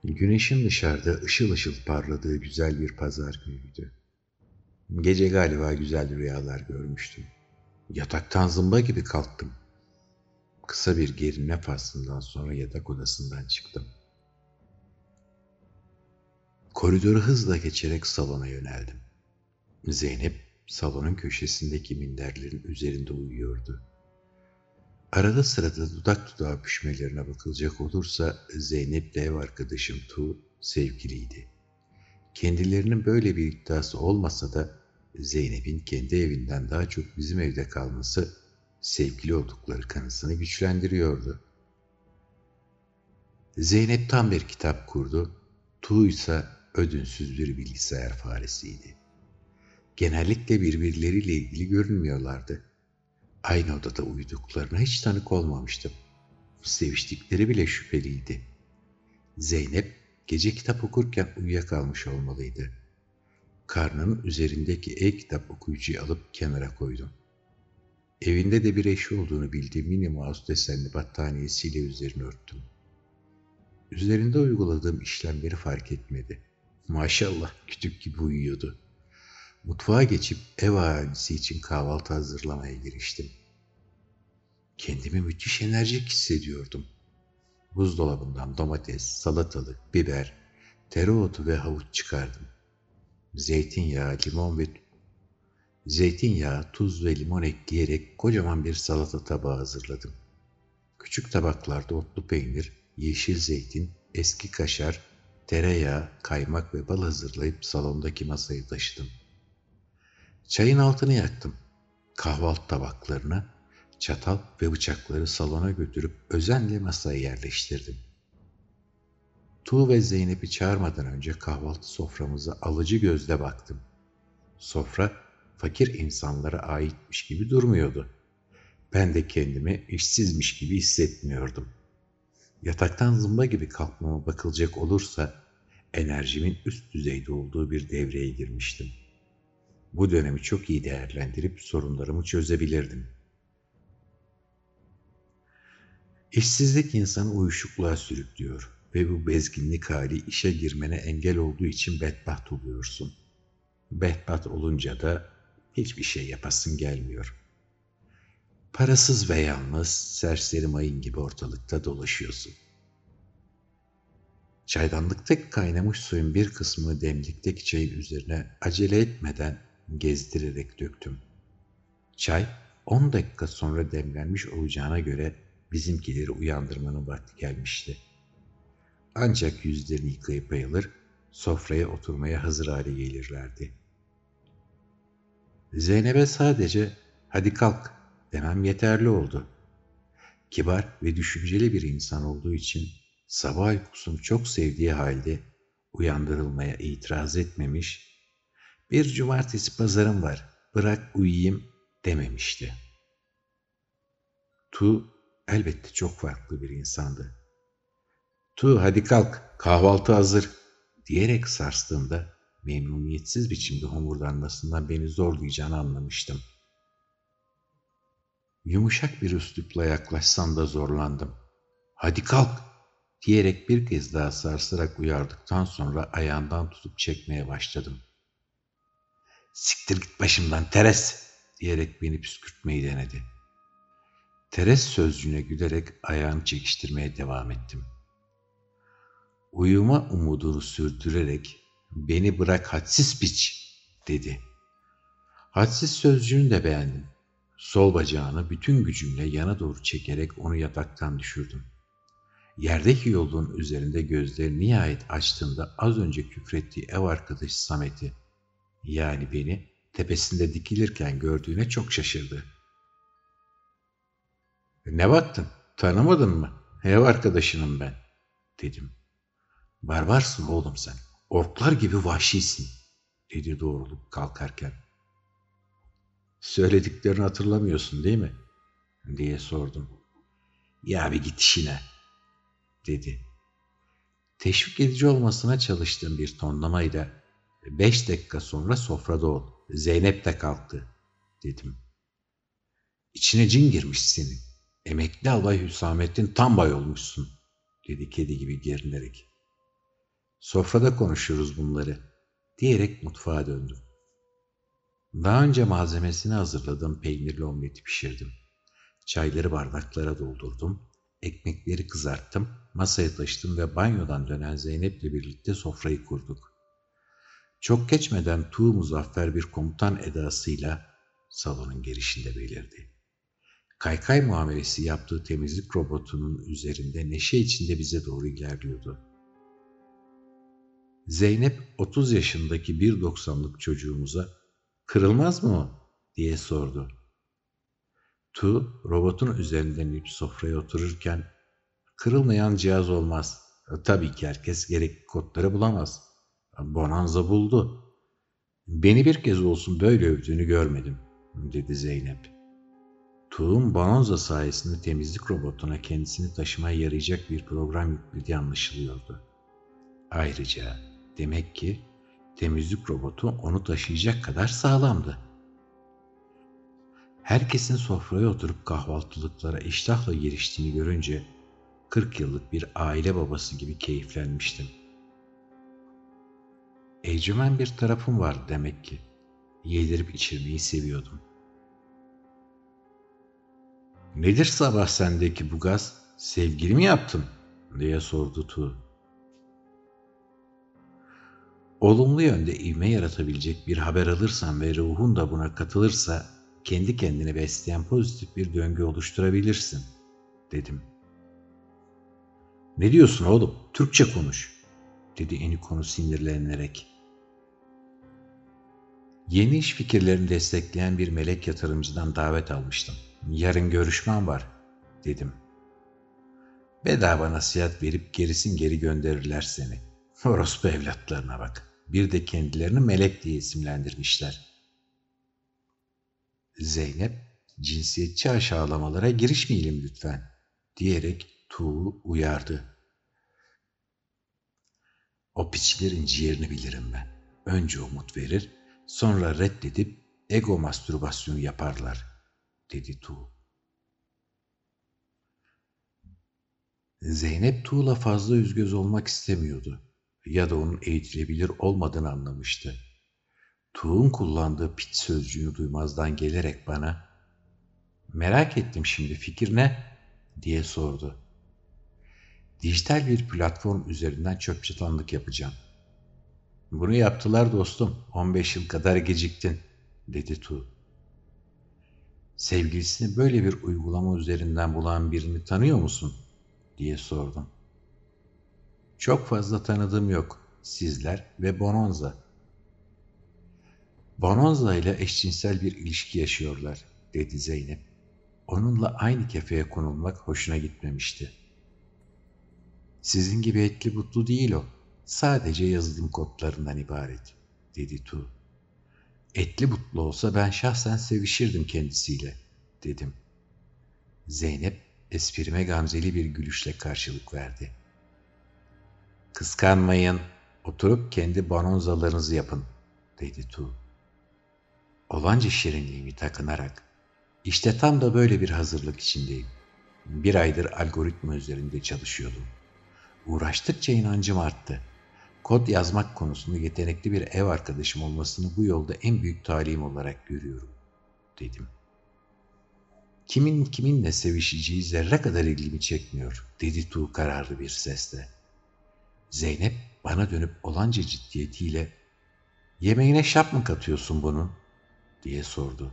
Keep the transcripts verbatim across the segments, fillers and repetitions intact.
Güneşin dışarıda ışıl ışıl parladığı güzel bir pazar günüydü. Gece galiba güzel rüyalar görmüştüm. Yataktan zımba gibi kalktım. Kısa bir gerinme faslından sonra yatak odasından çıktım. Koridoru hızla geçerek salona yöneldim. Zeynep salonun köşesindeki minderlerin üzerinde uyuyordu. Arada sırada dudak dudağa öpüşmelerine bakılacak olursa Zeynep'le ev arkadaşım Tu sevgiliydi. Kendilerinin böyle bir iddiası olmasa da Zeynep'in kendi evinden daha çok bizim evde kalması sevgili oldukları kanısını güçlendiriyordu. Zeynep tam bir kitap kurdu, Tuğ ise ödünsüz bir bilgisayar faresiydi. Genellikle birbirleriyle ilgili görünmüyorlardı. Aynı odada uyuduklarına hiç tanık olmamıştım. Seviştikleri bile şüpheliydi. Zeynep gece kitap okurken uyuyakalmış olmalıydı. Karnının üzerindeki e-kitap okuyucuyu alıp kenara koydum. Evinde de bir eşi olduğunu bildiğim mini mouse desenli battaniyesiyle üzerini örttüm. Üzerinde uyguladığım işlemleri fark etmedi. Maşallah kütük gibi uyuyordu. Mutfağa geçip ev ahalisi için kahvaltı hazırlamaya giriştim. Kendimi müthiş enerjik hissediyordum. Buzdolabından domates, salatalık, biber, tereotu ve havuç çıkardım. Zeytinyağı, limon ve Zeytinyağı, tuz ve limon ekleyerek kocaman bir salata tabağı hazırladım. Küçük tabaklarda otlu peynir, yeşil zeytin, eski kaşar, tereyağı, kaymak ve bal hazırlayıp salondaki masaya taşıdım. Çayın altını yaktım. Kahvaltı tabaklarını, çatal ve bıçakları salona götürüp özenle masaya yerleştirdim. Tuğ ve Zeynep'i çağırmadan önce kahvaltı soframıza alıcı gözle baktım. Sofra fakir insanlara aitmiş gibi durmuyordu. Ben de kendimi işsizmiş gibi hissetmiyordum. Yataktan zımba gibi kalkmama bakılacak olursa enerjimin üst düzeyde olduğu bir devreye girmiştim. Bu dönemi çok iyi değerlendirip sorunlarımı çözebilirdim. İşsizlik insanı uyuşukluğa sürüklüyor ve bu bezginlik hali işe girmene engel olduğu için bedbaht oluyorsun. Bedbaht olunca da hiçbir şey yapasın gelmiyor. Parasız ve yalnız serseri mayın gibi ortalıkta dolaşıyorsun. Çaydanlıktaki kaynamış suyun bir kısmını demlikteki çayın üzerine acele etmeden gezdirerek döktüm. Çay on dakika sonra demlenmiş olacağına göre bizimkileri uyandırmanın vakti gelmişti. Ancak yüzlerini yıkayıp ayılır, sofraya oturmaya hazır hale gelirlerdi. Zeynep'e sadece "hadi kalk" demem yeterli oldu. Kibar ve düşünceli bir insan olduğu için sabah uykusunu çok sevdiği halde uyandırılmaya itiraz etmemiş, "bir cumartesi pazarım var, bırak uyuyayım" dememişti. Tu elbette çok farklı bir insandı. "Tu hadi kalk, kahvaltı hazır" diyerek sarstığında memnuniyetsiz biçimde homurdanmasından beni zorlayacağını anlamıştım. Yumuşak bir üslupla yaklaşsam da zorlandım. "Hadi kalk" diyerek bir kez daha sarsarak uyardıktan sonra ayağından tutup çekmeye başladım. "Siktir git başımdan Teres" diyerek beni püskürtmeyi denedi. Teres sözcüğüne gülerek ayağını çekiştirmeye devam ettim. Uyuma umudunu sürdürerek "beni bırak hadsiz piç" dedi. Hadsiz sözcüğünü de beğendim. Sol bacağını bütün gücümle yana doğru çekerek onu yataktan düşürdüm. Yerdeki yolun üzerinde gözlerini nihayet açtığında az önce küfrettiği ev arkadaşı Samet'i, yani beni tepesinde dikilirken gördüğüne çok şaşırdı. "Ne baktın, tanımadın mı? Ev arkadaşınım ben" dedim. "Barbarsın oğlum sen, orklar gibi vahşisin" dedi doğrulup kalkarken. "Söylediklerini hatırlamıyorsun değil mi?" diye sordum. "Ya bir git işine" dedi. Teşvik edici olmasına çalıştığım bir tonlamayla "beş dakika sonra sofrada ol, Zeynep de kalktı" dedim. "İçine cin girmiş senin. Emekli albay Hüsamettin Tambay olmuşsun" dedi kedi gibi gerinerek. Sofrada konuşuruz bunları, diyerek mutfağa döndüm. Daha önce malzemesini hazırladığım peynirli omleti pişirdim. Çayları bardaklara doldurdum, ekmekleri kızarttım, masaya taşıdım ve banyodan dönen Zeynep'le birlikte sofrayı kurduk. Çok geçmeden Tuğ muzaffer bir komutan edasıyla salonun girişinde belirdi. Kaykay muamelesi yaptığı temizlik robotunun üzerinde neşe içinde bize doğru ilerliyordu. Zeynep otuz yaşındaki bir doksanlık çocuğumuza "Kırılmaz mı o?" diye sordu. Tu robotun üzerinden inip sofraya otururken "Kırılmayan cihaz olmaz. Tabii ki herkes gerekli kodları bulamaz. Bonanza buldu. Beni bir kez olsun böyle övdüğünü görmedim," dedi Zeynep. Tuğ'un Bonanza sayesinde temizlik robotuna kendisini taşımaya yarayacak bir program yüklediği anlaşılıyordu. Ayrıca demek ki temizlik robotu onu taşıyacak kadar sağlamdı. Herkesin sofraya oturup kahvaltılıklara iştahla giriştiğini görünce kırk yıllık bir aile babası gibi keyiflenmiştim. Encümen bir tarafım vardı demek ki. Yedirip içirmeyi seviyordum. "Nedir sabah sendeki bu gaz? Sevgili mi yaptın?" diye sordu Tu. Olumlu yönde ivme yaratabilecek bir haber alırsan ve ruhun da buna katılırsa kendi kendini besleyen pozitif bir döngü oluşturabilirsin, dedim. "Ne diyorsun oğlum? Türkçe konuş," dedi Enikonu sinirlenerek. "Yeni iş fikirlerini destekleyen bir melek yatırımcıdan davet almıştım. Yarın görüşmem var," dedim. "Bedava nasihat verip gerisin geri gönderirler seni. Orospu evlatlarına bak. Bir de kendilerini melek diye isimlendirmişler." Zeynep, "Cinsiyetçi aşağılamalara girişmeyelim lütfen," diyerek Tuğ'u uyardı. "O piçlerin ciğerini bilirim ben. Önce umut verir, sonra reddedip ego mastürbasyonu yaparlar," dedi Tuğ. Zeynep Tuğ'la fazla yüzgöz olmak istemiyordu ya da onun eğitilebilir olmadığını anlamıştı. Tuğ'un kullandığı piç sözcüğünü duymazdan gelerek bana "Merak ettim, şimdi fikir ne?" diye sordu. "Dijital bir platform üzerinden çöp çatanlık yapacağım." "Bunu yaptılar dostum, on beş yıl kadar geciktin," dedi Tu. "Sevgilisini böyle bir uygulama üzerinden bulan birini tanıyor musun?" diye sordum. "Çok fazla tanıdığım yok. Sizler ve Bonanza." "Bonanza ile eşcinsel bir ilişki yaşıyorlar," dedi Zeynep. Onunla aynı kefeye konulmak hoşuna gitmemişti. "Sizin gibi etli butlu değil o. Sadece yazılım kodlarından ibaret," dedi Tu. "Etli butlu olsa ben şahsen sevişirdim kendisiyle," dedim. Zeynep esprime gamzeli bir gülüşle karşılık verdi. "Kıskanmayın, oturup kendi bononzalarınızı yapın," dedi Tu. Olanca şirinliğimi takınarak, "İşte tam da böyle bir hazırlık içindeyim. Bir aydır algoritma üzerinde çalışıyordum. Uğraştıkça inancım arttı. Kod yazmak konusunda yetenekli bir ev arkadaşım olmasını bu yolda en büyük talihim olarak görüyorum," dedim. "Kimin kiminle sevişeceği zerre kadar ilgimi çekmiyor," dedi Tu kararlı bir sesle. Zeynep bana dönüp olanca ciddiyetiyle "Yemeğine şap mı katıyorsun bunun?" diye sordu.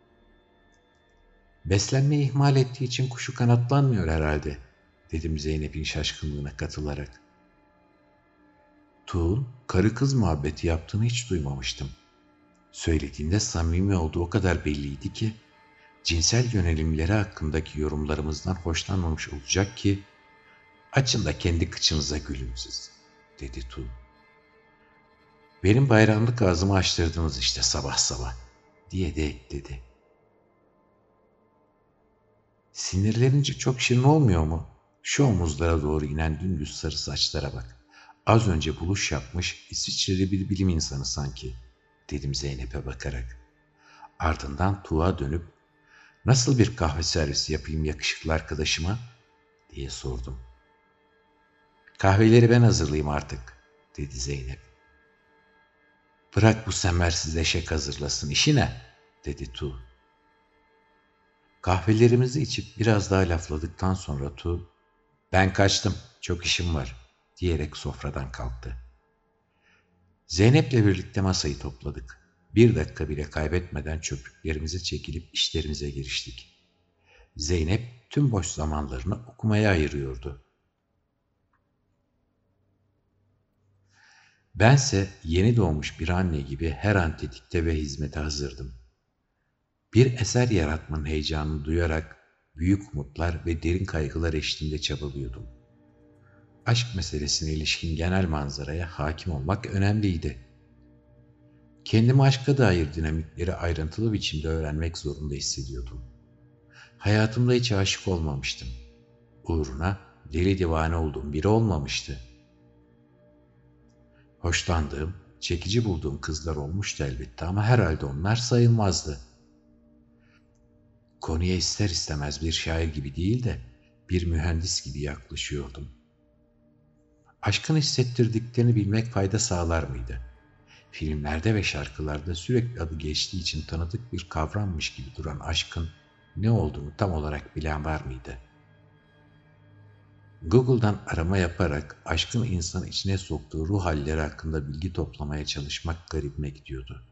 "Beslenmeyi ihmal ettiği için kuşu kanatlanmıyor herhalde," dedim Zeynep'in şaşkınlığına katılarak. Tuğ'un karı kız muhabbeti yaptığını hiç duymamıştım. Söylediğinde samimi olduğu o kadar belliydi ki cinsel yönelimleri hakkındaki yorumlarımızdan hoşlanmamış olacak ki "Açın da kendi kıçınıza gülün siz," dedi Tu. "Benim bayramlık ağzımı açtırdınız işte sabah sabah," diye de ekledi. "Sinirlenince çok şirin olmuyor mu? Şu omuzlara doğru inen dümdüz sarı saçlara bak. Az önce buluş yapmış İsviçreli bir bilim insanı sanki," dedim Zeynep'e bakarak. Ardından Tuğ'a dönüp "Nasıl bir kahve servisi yapayım yakışıklı arkadaşıma?" diye sordum. "Kahveleri ben hazırlayayım artık," dedi Zeynep. Bırak bu semersiz eşek hazırlasın, işi ne? Dedi Tu. Kahvelerimizi içip biraz daha lafladıktan sonra Tu, ben kaçtım, çok işim var diyerek sofradan kalktı. Zeynep'le birlikte masayı topladık. Bir dakika bile kaybetmeden çöplüklerimize çekilip işlerimize giriştik. Zeynep tüm boş zamanlarını okumaya ayırıyordu. Bense yeni doğmuş bir anne gibi her an tetikte ve hizmete hazırdım. Bir eser yaratmanın heyecanını duyarak büyük umutlar ve derin kaygılar eşliğinde çabalıyordum. Aşk meselesine ilişkin genel manzaraya hakim olmak önemliydi. Kendimi aşka dair dinamikleri ayrıntılı biçimde öğrenmek zorunda hissediyordum. Hayatımda hiç aşık olmamıştım. Uğruna deli divane olduğum biri olmamıştı. Hoşlandığım, çekici bulduğum kızlar olmuştu elbette ama herhalde onlar sayılmazdı. Konuya ister istemez bir şair gibi değil de bir mühendis gibi yaklaşıyordum. Aşkın hissettirdiklerini bilmek fayda sağlar mıydı? Filmlerde ve şarkılarda sürekli adı geçtiği için tanıdık bir kavrammış gibi duran aşkın ne olduğunu tam olarak bilen var mıydı? Google'dan arama yaparak aşkın insanı içine soktuğu ruh halleri hakkında bilgi toplamaya çalışmak garibime gidiyordu.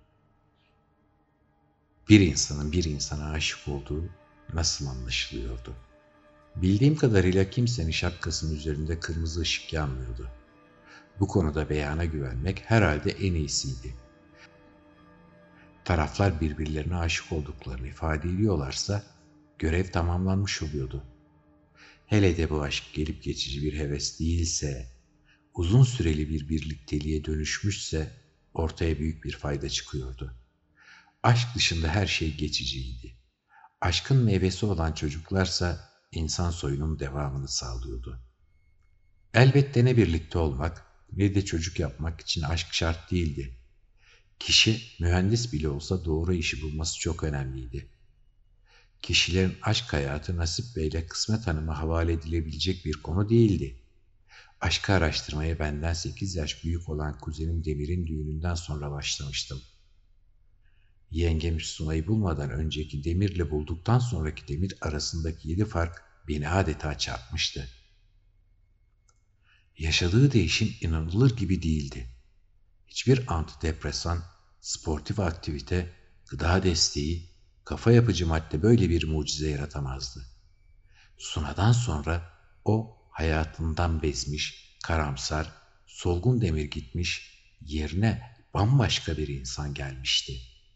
Bir insanın bir insana aşık olduğu nasıl anlaşılıyordu? Bildiğim kadarıyla kimsenin şapkasının üzerinde kırmızı ışık yanmıyordu. Bu konuda beyana güvenmek herhalde en iyisiydi. Taraflar birbirlerine aşık olduklarını ifade ediyorlarsa görev tamamlanmış oluyordu. Hele de bu aşk gelip geçici bir heves değilse, uzun süreli bir birlikteliğe dönüşmüşse ortaya büyük bir fayda çıkıyordu. Aşk dışında her şey geçiciydi. Aşkın meyvesi olan çocuklarsa insan soyunun devamını sağlıyordu. Elbette ne birlikte olmak ne de çocuk yapmak için aşk şart değildi. Kişi mühendis bile olsa doğru işi bulması çok önemliydi. Kişilerin aşk hayatı Nasip Bey ile Kısmet Hanım'a havale edilebilecek bir konu değildi. Aşkı araştırmaya benden sekiz yaş büyük olan kuzenim Demir'in düğününden sonra başlamıştım. Yengem Sunay'ı bulmadan önceki Demir'le bulduktan sonraki Demir arasındaki yedi fark beni adeta çarpmıştı. Yaşadığı değişim inanılır gibi değildi. Hiçbir antidepresan, sportif aktivite, gıda desteği, kafa yapıcı madde böyle bir mucize yaratamazdı. Suna'dan sonra o hayatından bezmiş, karamsar, solgun Demir gitmiş, yerine bambaşka bir insan gelmişti.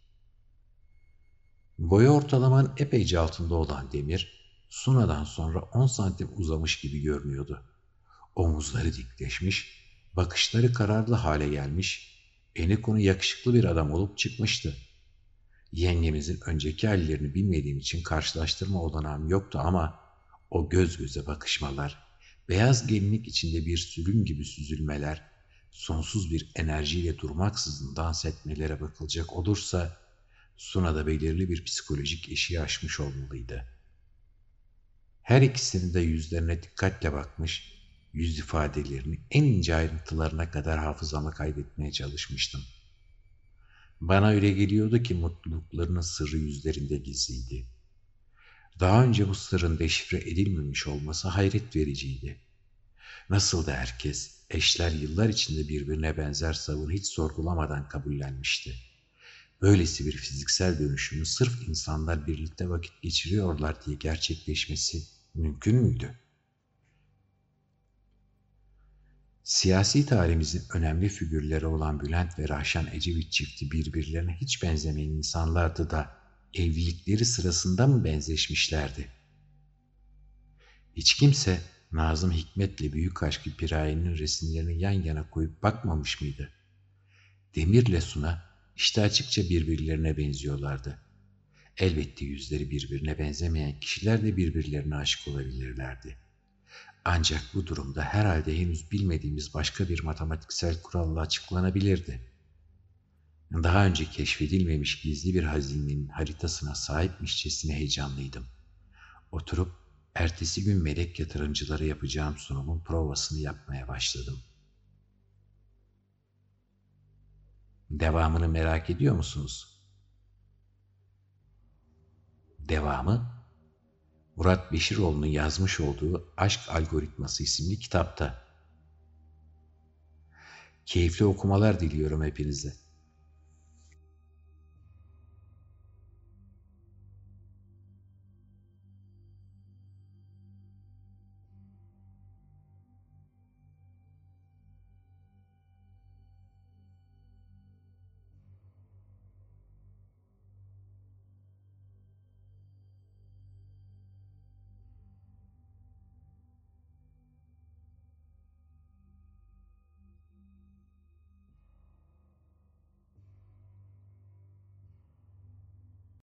Boyu ortalamanın epeyce altında olan Demir, Suna'dan sonra on santim uzamış gibi görünüyordu. Omuzları dikleşmiş, bakışları kararlı hale gelmiş, eni konu yakışıklı bir adam olup çıkmıştı. Yengemizin önceki hallerini bilmediğim için karşılaştırma olanağım yoktu ama o göz göze bakışmalar, beyaz gelinlik içinde bir sürün gibi süzülmeler, sonsuz bir enerjiyle durmaksızın dans etmelere bakılacak olursa Suna'da belirli bir psikolojik eşiği aşmış olmalıydı. Her ikisinin de yüzlerine dikkatle bakmış, yüz ifadelerini en ince ayrıntılarına kadar hafızama kaydetmeye çalışmıştım. Bana öyle geliyordu ki mutluluklarının sırrı yüzlerinde gizliydi. Daha önce bu sırrın deşifre edilmemiş olması hayret vericiydi. Nasıl da herkes, eşler yıllar içinde birbirine benzer savını hiç sorgulamadan kabullenmişti. Böylesi bir fiziksel dönüşümün sırf insanlar birlikte vakit geçiriyorlar diye gerçekleşmesi mümkün müydü? Siyasi tarihimizin önemli figürleri olan Bülent ve Rahşan Ecevit çifti birbirlerine hiç benzemeyen insanlardı da evlilikleri sırasında mı benzeşmişlerdi? Hiç kimse Nazım Hikmet'le Büyük Aşkı Piraye'nin resimlerini yan yana koyup bakmamış mıydı? Demir'le Suna işte açıkça birbirlerine benziyorlardı. Elbette yüzleri birbirine benzemeyen kişiler de birbirlerine aşık olabilirlerdi. Ancak bu durumda herhalde henüz bilmediğimiz başka bir matematiksel kuralla açıklanabilirdi. Daha önce keşfedilmemiş gizli bir hazinenin haritasına sahipmişçesine heyecanlıydım. Oturup ertesi gün melek yatırımcılara yapacağım sunumun provasını yapmaya başladım. Devamını merak ediyor musunuz? Devamı, Murat Beşiroğlu'nun yazmış olduğu Aşk Algoritması isimli kitapta. Keyifli okumalar diliyorum hepinize.